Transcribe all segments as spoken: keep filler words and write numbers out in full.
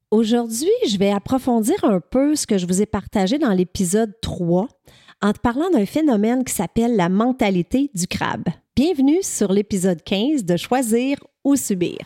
Aujourd'hui, je vais approfondir un peu ce que je vous ai partagé dans l'épisode trois en te parlant d'un phénomène qui s'appelle la mentalité du crabe. Bienvenue sur l'épisode quinze de Choisir ou subir.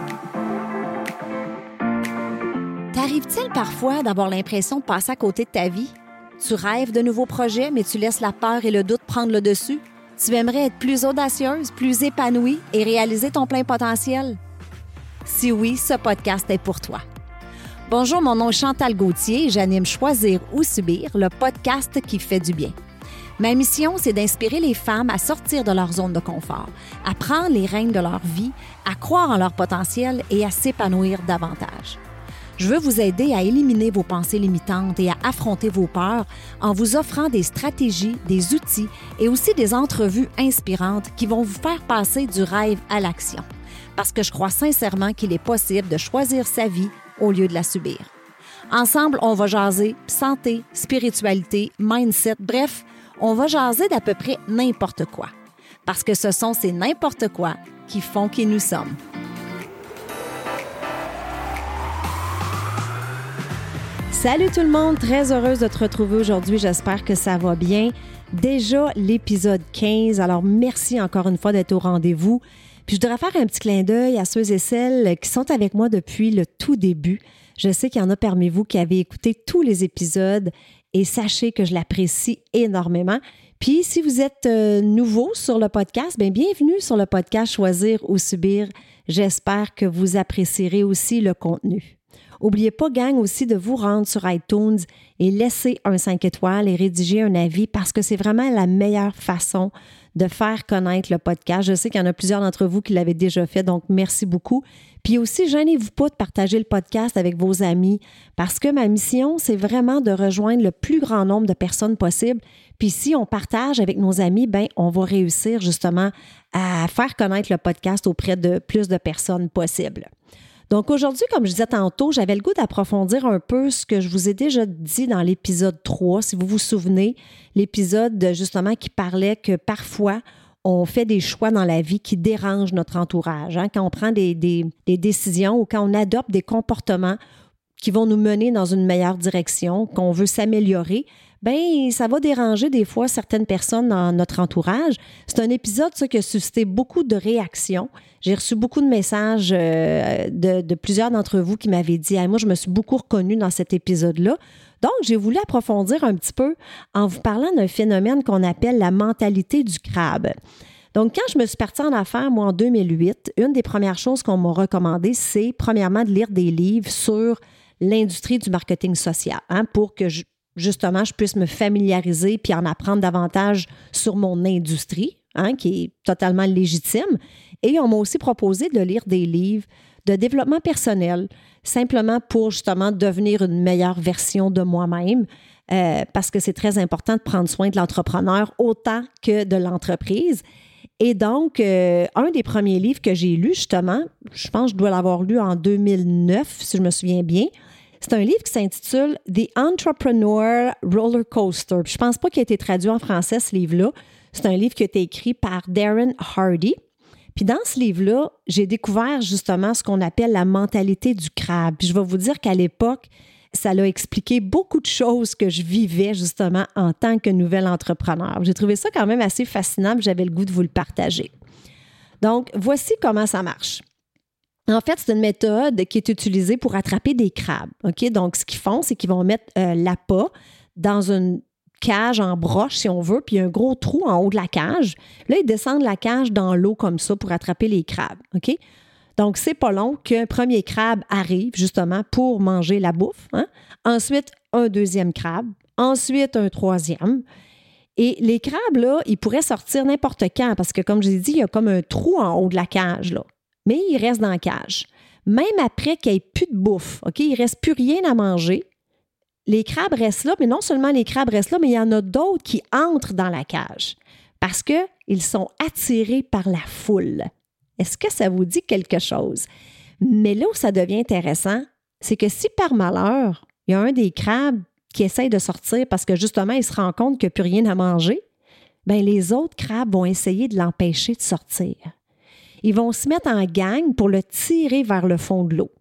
T'arrive-t-il parfois d'avoir l'impression de passer à côté de ta vie? Tu rêves de nouveaux projets, mais tu laisses la peur et le doute prendre le dessus? Tu aimerais être plus audacieuse, plus épanouie et réaliser ton plein potentiel? Si oui, ce podcast est pour toi. Bonjour, mon nom est Chantal Gauthier et j'anime Choisir ou subir, le podcast qui fait du bien. Ma mission, c'est d'inspirer les femmes à sortir de leur zone de confort, à prendre les rênes de leur vie, à croire en leur potentiel et à s'épanouir davantage. Je veux vous aider à éliminer vos pensées limitantes et à affronter vos peurs en vous offrant des stratégies, des outils et aussi des entrevues inspirantes qui vont vous faire passer du rêve à l'action. Parce que je crois sincèrement qu'il est possible de choisir sa vie au lieu de la subir. Ensemble, on va jaser santé, spiritualité, mindset, bref, on va jaser d'à peu près n'importe quoi. Parce que ce sont ces n'importe quoi qui font qui nous sommes. Salut tout le monde, très heureuse de te retrouver aujourd'hui, j'espère que ça va bien. Déjà l'épisode quinze, alors merci encore une fois d'être au rendez-vous. Puis je voudrais faire un petit clin d'œil à ceux et celles qui sont avec moi depuis le tout début. Je sais qu'il y en a parmi vous qui avez écouté tous les épisodes et sachez que je l'apprécie énormément. Puis si vous êtes euh, nouveau sur le podcast, bien bienvenue sur le podcast Choisir ou subir. J'espère que vous apprécierez aussi le contenu. N'oubliez pas, gang, aussi de vous rendre sur iTunes et laisser un cinq étoiles et rédiger un avis parce que c'est vraiment la meilleure façon de faire connaître le podcast. Je sais qu'il y en a plusieurs d'entre vous qui l'avaient déjà fait, donc merci beaucoup. Puis aussi, gênez-vous pas de partager le podcast avec vos amis parce que ma mission, c'est vraiment de rejoindre le plus grand nombre de personnes possible. Puis si on partage avec nos amis, ben on va réussir justement à faire connaître le podcast auprès de plus de personnes possibles. Donc aujourd'hui, comme je disais tantôt, j'avais le goût d'approfondir un peu ce que je vous ai déjà dit dans l'épisode trois, si vous vous souvenez, l'épisode justement qui parlait que parfois, on fait des choix dans la vie qui dérangent notre entourage. Hein? Quand on prend des, des, des décisions ou quand on adopte des comportements qui vont nous mener dans une meilleure direction, qu'on veut s'améliorer, bien, ça va déranger des fois certaines personnes dans notre entourage. C'est un épisode, ça, qui a suscité beaucoup de réactions. J'ai reçu beaucoup de messages euh, de, de plusieurs d'entre vous qui m'avaient dit hey, « Moi, je me suis beaucoup reconnue dans cet épisode-là. » Donc, j'ai voulu approfondir un petit peu en vous parlant d'un phénomène qu'on appelle la mentalité du crabe. Donc, quand je me suis partie en affaires, moi, en deux mille huit, une des premières choses qu'on m'a recommandé, c'est premièrement de lire des livres sur l'industrie du marketing social, hein, pour que je justement, je puisse me familiariser puis en apprendre davantage sur mon industrie, hein, qui est totalement légitime. Et on m'a aussi proposé de lire des livres de développement personnel, simplement pour justement devenir une meilleure version de moi-même, euh, parce que c'est très important de prendre soin de l'entrepreneur autant que de l'entreprise. Et donc, euh, un des premiers livres que j'ai lu, justement, je pense que je dois l'avoir lu en deux mille neuf, si je me souviens bien, c'est un livre qui s'intitule « The Entrepreneur Roller Coaster ». Je ne pense pas qu'il a été traduit en français, ce livre-là. C'est un livre qui a été écrit par Darren Hardy. Puis dans ce livre-là, j'ai découvert justement ce qu'on appelle la mentalité du crabe. Puis je vais vous dire qu'à l'époque, ça l'a expliqué beaucoup de choses que je vivais justement en tant que nouvel entrepreneur. J'ai trouvé ça quand même assez fascinant, puis j'avais le goût de vous le partager. Donc, voici comment ça marche. En fait, c'est une méthode qui est utilisée pour attraper des crabes. Okay? Donc, ce qu'ils font, c'est qu'ils vont mettre euh, l'appât dans une cage en broche, si on veut, puis il y a un gros trou en haut de la cage. Là, ils descendent la cage dans l'eau comme ça pour attraper les crabes. Okay? Donc, c'est pas long qu'un premier crabe arrive justement pour manger la bouffe. Hein? Ensuite, un deuxième crabe. Ensuite, un troisième. Et les crabes, là, ils pourraient sortir n'importe quand parce que, comme je l'ai dit, il y a comme un trou en haut de la cage, là. Mais ils restent dans la cage. Même après qu'il n'y ait plus de bouffe, OK, il ne reste plus rien à manger, les crabes restent là, mais non seulement les crabes restent là, mais il y en a d'autres qui entrent dans la cage parce qu'ils sont attirés par la foule. Est-ce que ça vous dit quelque chose? Mais là où ça devient intéressant, c'est que si par malheur, il y a un des crabes qui essaye de sortir parce que justement, il se rend compte qu'il n'y a plus rien à manger, bien les autres crabes vont essayer de l'empêcher de sortir. Ils vont se mettre en gang pour le tirer vers le fond de l'eau.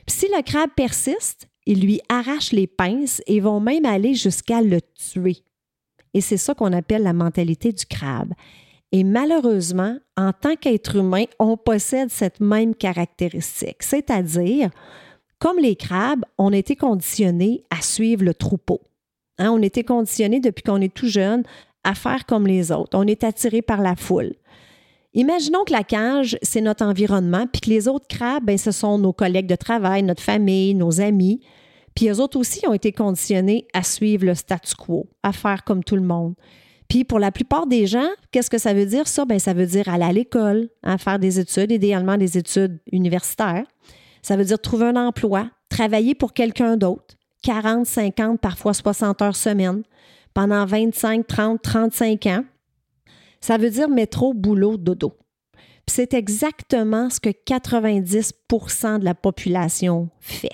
Puis si le crabe persiste, ils lui arrachent les pinces et vont même aller jusqu'à le tuer. Et c'est ça qu'on appelle la mentalité du crabe. Et malheureusement, en tant qu'être humain, on possède cette même caractéristique. C'est-à-dire, comme les crabes, on a été conditionnés à suivre le troupeau. Hein, on a été conditionnés depuis qu'on est tout jeune à faire comme les autres. On est attiré par la foule. Imaginons que la cage, c'est notre environnement, puis que les autres crabes, bien, ce sont nos collègues de travail, notre famille, nos amis. Puis eux autres aussi ont été conditionnés à suivre le statu quo, à faire comme tout le monde. Puis pour la plupart des gens, qu'est-ce que ça veut dire ça? Bien, ça veut dire aller à l'école, hein, faire des études, idéalement des études universitaires. Ça veut dire trouver un emploi, travailler pour quelqu'un d'autre, quarante, cinquante, parfois soixante heures semaine, pendant vingt-cinq, trente, trente-cinq ans. Ça veut dire métro, boulot, dodo. Puis c'est exactement ce que quatre-vingt-dix pour cent de la population fait.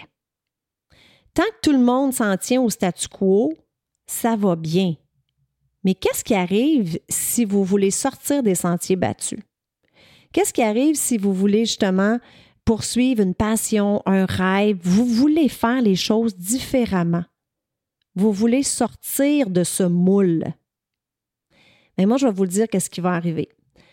Tant que tout le monde s'en tient au statu quo, ça va bien. Mais qu'est-ce qui arrive si vous voulez sortir des sentiers battus? Qu'est-ce qui arrive si vous voulez justement poursuivre une passion, un rêve? Vous voulez faire les choses différemment. Vous voulez sortir de ce moule. Mais moi, je vais vous le dire qu'est-ce qui va arriver.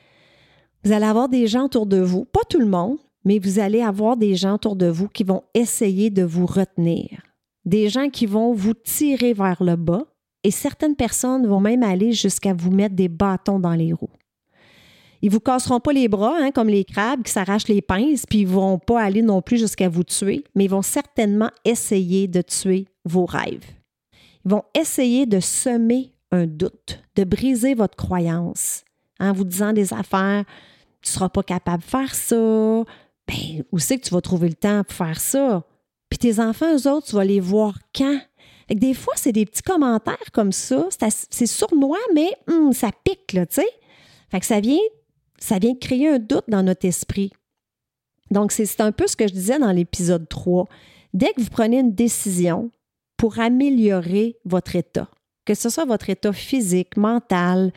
Vous allez avoir des gens autour de vous, pas tout le monde, mais vous allez avoir des gens autour de vous qui vont essayer de vous retenir. Des gens qui vont vous tirer vers le bas et certaines personnes vont même aller jusqu'à vous mettre des bâtons dans les roues. Ils ne vous casseront pas les bras, hein, comme les crabes qui s'arrachent les pinces, puis ils ne vont pas aller non plus jusqu'à vous tuer, mais ils vont certainement essayer de tuer vos rêves. Ils vont essayer de semer un doute, de briser votre croyance en vous disant des affaires, tu ne seras pas capable de faire ça, bien, où c'est que tu vas trouver le temps pour faire ça? Puis tes enfants, eux autres, tu vas les voir quand? Fait que des fois, c'est des petits commentaires comme ça, c'est, assez, c'est sournois, mais hum, ça pique, là, tu sais. Fait que ça vient, ça vient créer un doute dans notre esprit. Donc, c'est, c'est un peu ce que je disais dans l'épisode trois. Dès que vous prenez une décision pour améliorer votre état, que ce soit votre état physique, mental,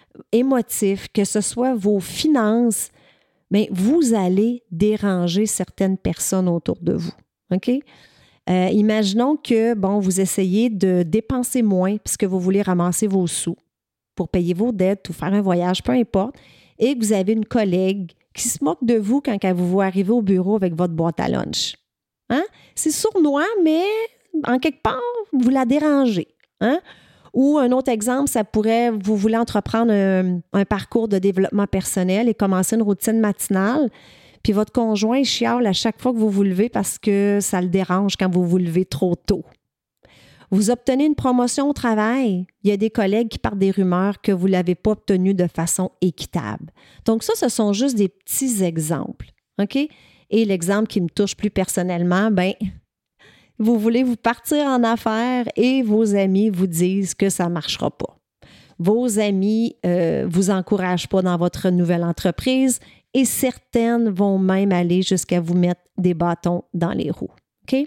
émotif, que ce soit vos finances, bien, vous allez déranger certaines personnes autour de vous. OK? Euh, imaginons que, bon, vous essayez de dépenser moins puisque vous voulez ramasser vos sous pour payer vos dettes ou faire un voyage, peu importe, et que vous avez une collègue qui se moque de vous quand elle vous voit arriver au bureau avec votre boîte à lunch. Hein? C'est sournois, mais en quelque part, vous la dérangez. Hein? Ou un autre exemple, ça pourrait, vous voulez entreprendre un, un parcours de développement personnel et commencer une routine matinale, puis votre conjoint chiale à chaque fois que vous vous levez parce que ça le dérange quand vous vous levez trop tôt. Vous obtenez une promotion au travail, il y a des collègues qui partent des rumeurs que vous ne l'avez pas obtenue de façon équitable. Donc ça, ce sont juste des petits exemples. OK? Et l'exemple qui me touche plus personnellement, bien, vous voulez vous partir en affaires et vos amis vous disent que ça ne marchera pas. Vos amis ne euh, vous encouragent pas dans votre nouvelle entreprise et certaines vont même aller jusqu'à vous mettre des bâtons dans les roues. OK?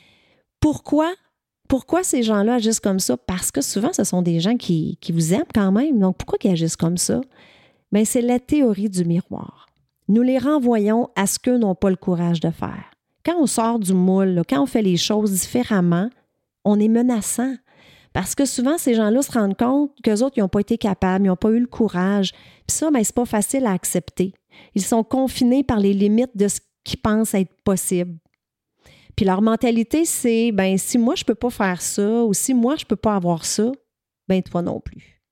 Pourquoi? Pourquoi ces gens-là agissent comme ça? Parce que souvent, ce sont des gens qui, qui vous aiment quand même. Donc, pourquoi ils agissent comme ça? Bien, c'est la théorie du miroir. Nous les renvoyons à ce qu'eux n'ont pas le courage de faire. Quand on sort du moule, là, quand on fait les choses différemment, on est menaçant. Parce que souvent, ces gens-là se rendent compte qu'eux autres, ils n'ont pas été capables, ils n'ont pas eu le courage. Puis ça, bien, c'est pas facile à accepter. Ils sont confinés par les limites de ce qu'ils pensent être possible. Puis leur mentalité, c'est, ben si moi, je ne peux pas faire ça, ou si moi, je ne peux pas avoir ça, ben toi non plus.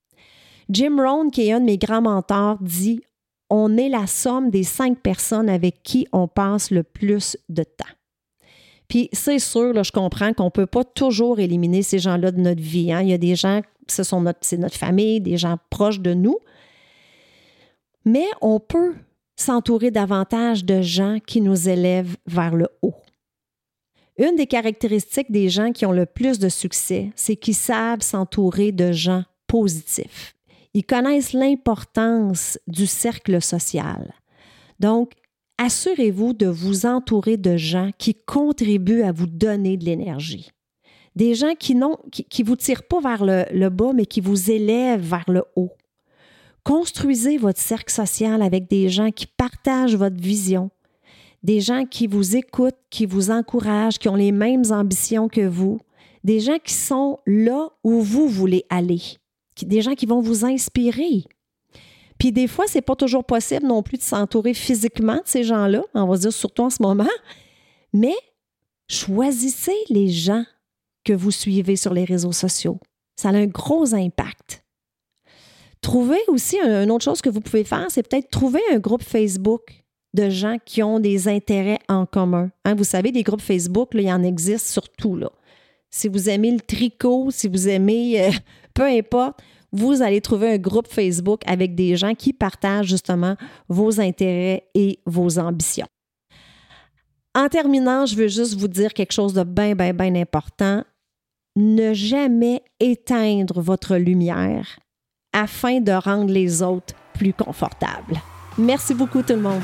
Jim Rohn, qui est un de mes grands mentors, dit « On est la somme des cinq personnes avec qui on passe le plus de temps. » Puis c'est sûr, là, je comprends qu'on ne peut pas toujours éliminer ces gens-là de notre vie. Hein. Il y a des gens, ce sont notre, c'est notre famille, des gens proches de nous. Mais on peut s'entourer davantage de gens qui nous élèvent vers le haut. Une des caractéristiques des gens qui ont le plus de succès, c'est qu'ils savent s'entourer de gens positifs. Ils connaissent l'importance du cercle social. Donc, assurez-vous de vous entourer de gens qui contribuent à vous donner de l'énergie. Des gens qui ne qui, qui vous tirent pas vers le, le bas, mais qui vous élèvent vers le haut. Construisez votre cercle social avec des gens qui partagent votre vision, des gens qui vous écoutent, qui vous encouragent, qui ont les mêmes ambitions que vous, des gens qui sont là où vous voulez aller, des gens qui vont vous inspirer. Puis des fois, c'est pas toujours possible non plus de s'entourer physiquement de ces gens-là, on va se dire surtout en ce moment, mais choisissez les gens que vous suivez sur les réseaux sociaux. Ça a un gros impact. Trouvez aussi, une autre chose que vous pouvez faire, c'est peut-être trouver un groupe Facebook de gens qui ont des intérêts en commun. Hein, vous savez, des groupes Facebook, là, il y en existe surtout. Là. Si vous aimez le tricot, si vous aimez, euh, peu importe, vous allez trouver un groupe Facebook avec des gens qui partagent justement vos intérêts et vos ambitions. En terminant, je veux juste vous dire quelque chose de bien, bien, bien important. Ne jamais éteindre votre lumière afin de rendre les autres plus confortables. Merci beaucoup tout le monde.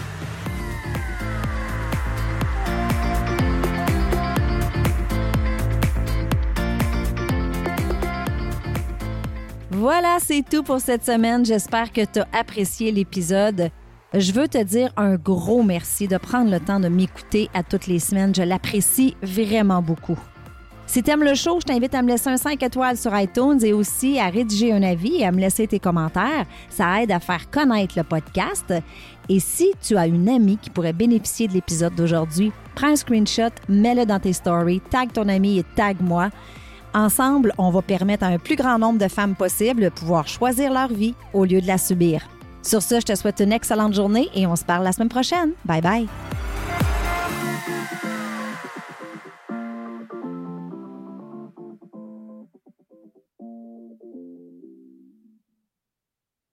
Voilà, c'est tout pour cette semaine. J'espère que tu as apprécié l'épisode. Je veux te dire un gros merci de prendre le temps de m'écouter à toutes les semaines. Je l'apprécie vraiment beaucoup. Si tu aimes le show, je t'invite à me laisser un cinq étoiles sur iTunes et aussi à rédiger un avis et à me laisser tes commentaires. Ça aide à faire connaître le podcast. Et si tu as une amie qui pourrait bénéficier de l'épisode d'aujourd'hui, prends un screenshot, mets-le dans tes stories, tag ton ami et tag moi. Ensemble, on va permettre à un plus grand nombre de femmes possible de pouvoir choisir leur vie au lieu de la subir. Sur ce, je te souhaite une excellente journée et on se parle la semaine prochaine. Bye bye!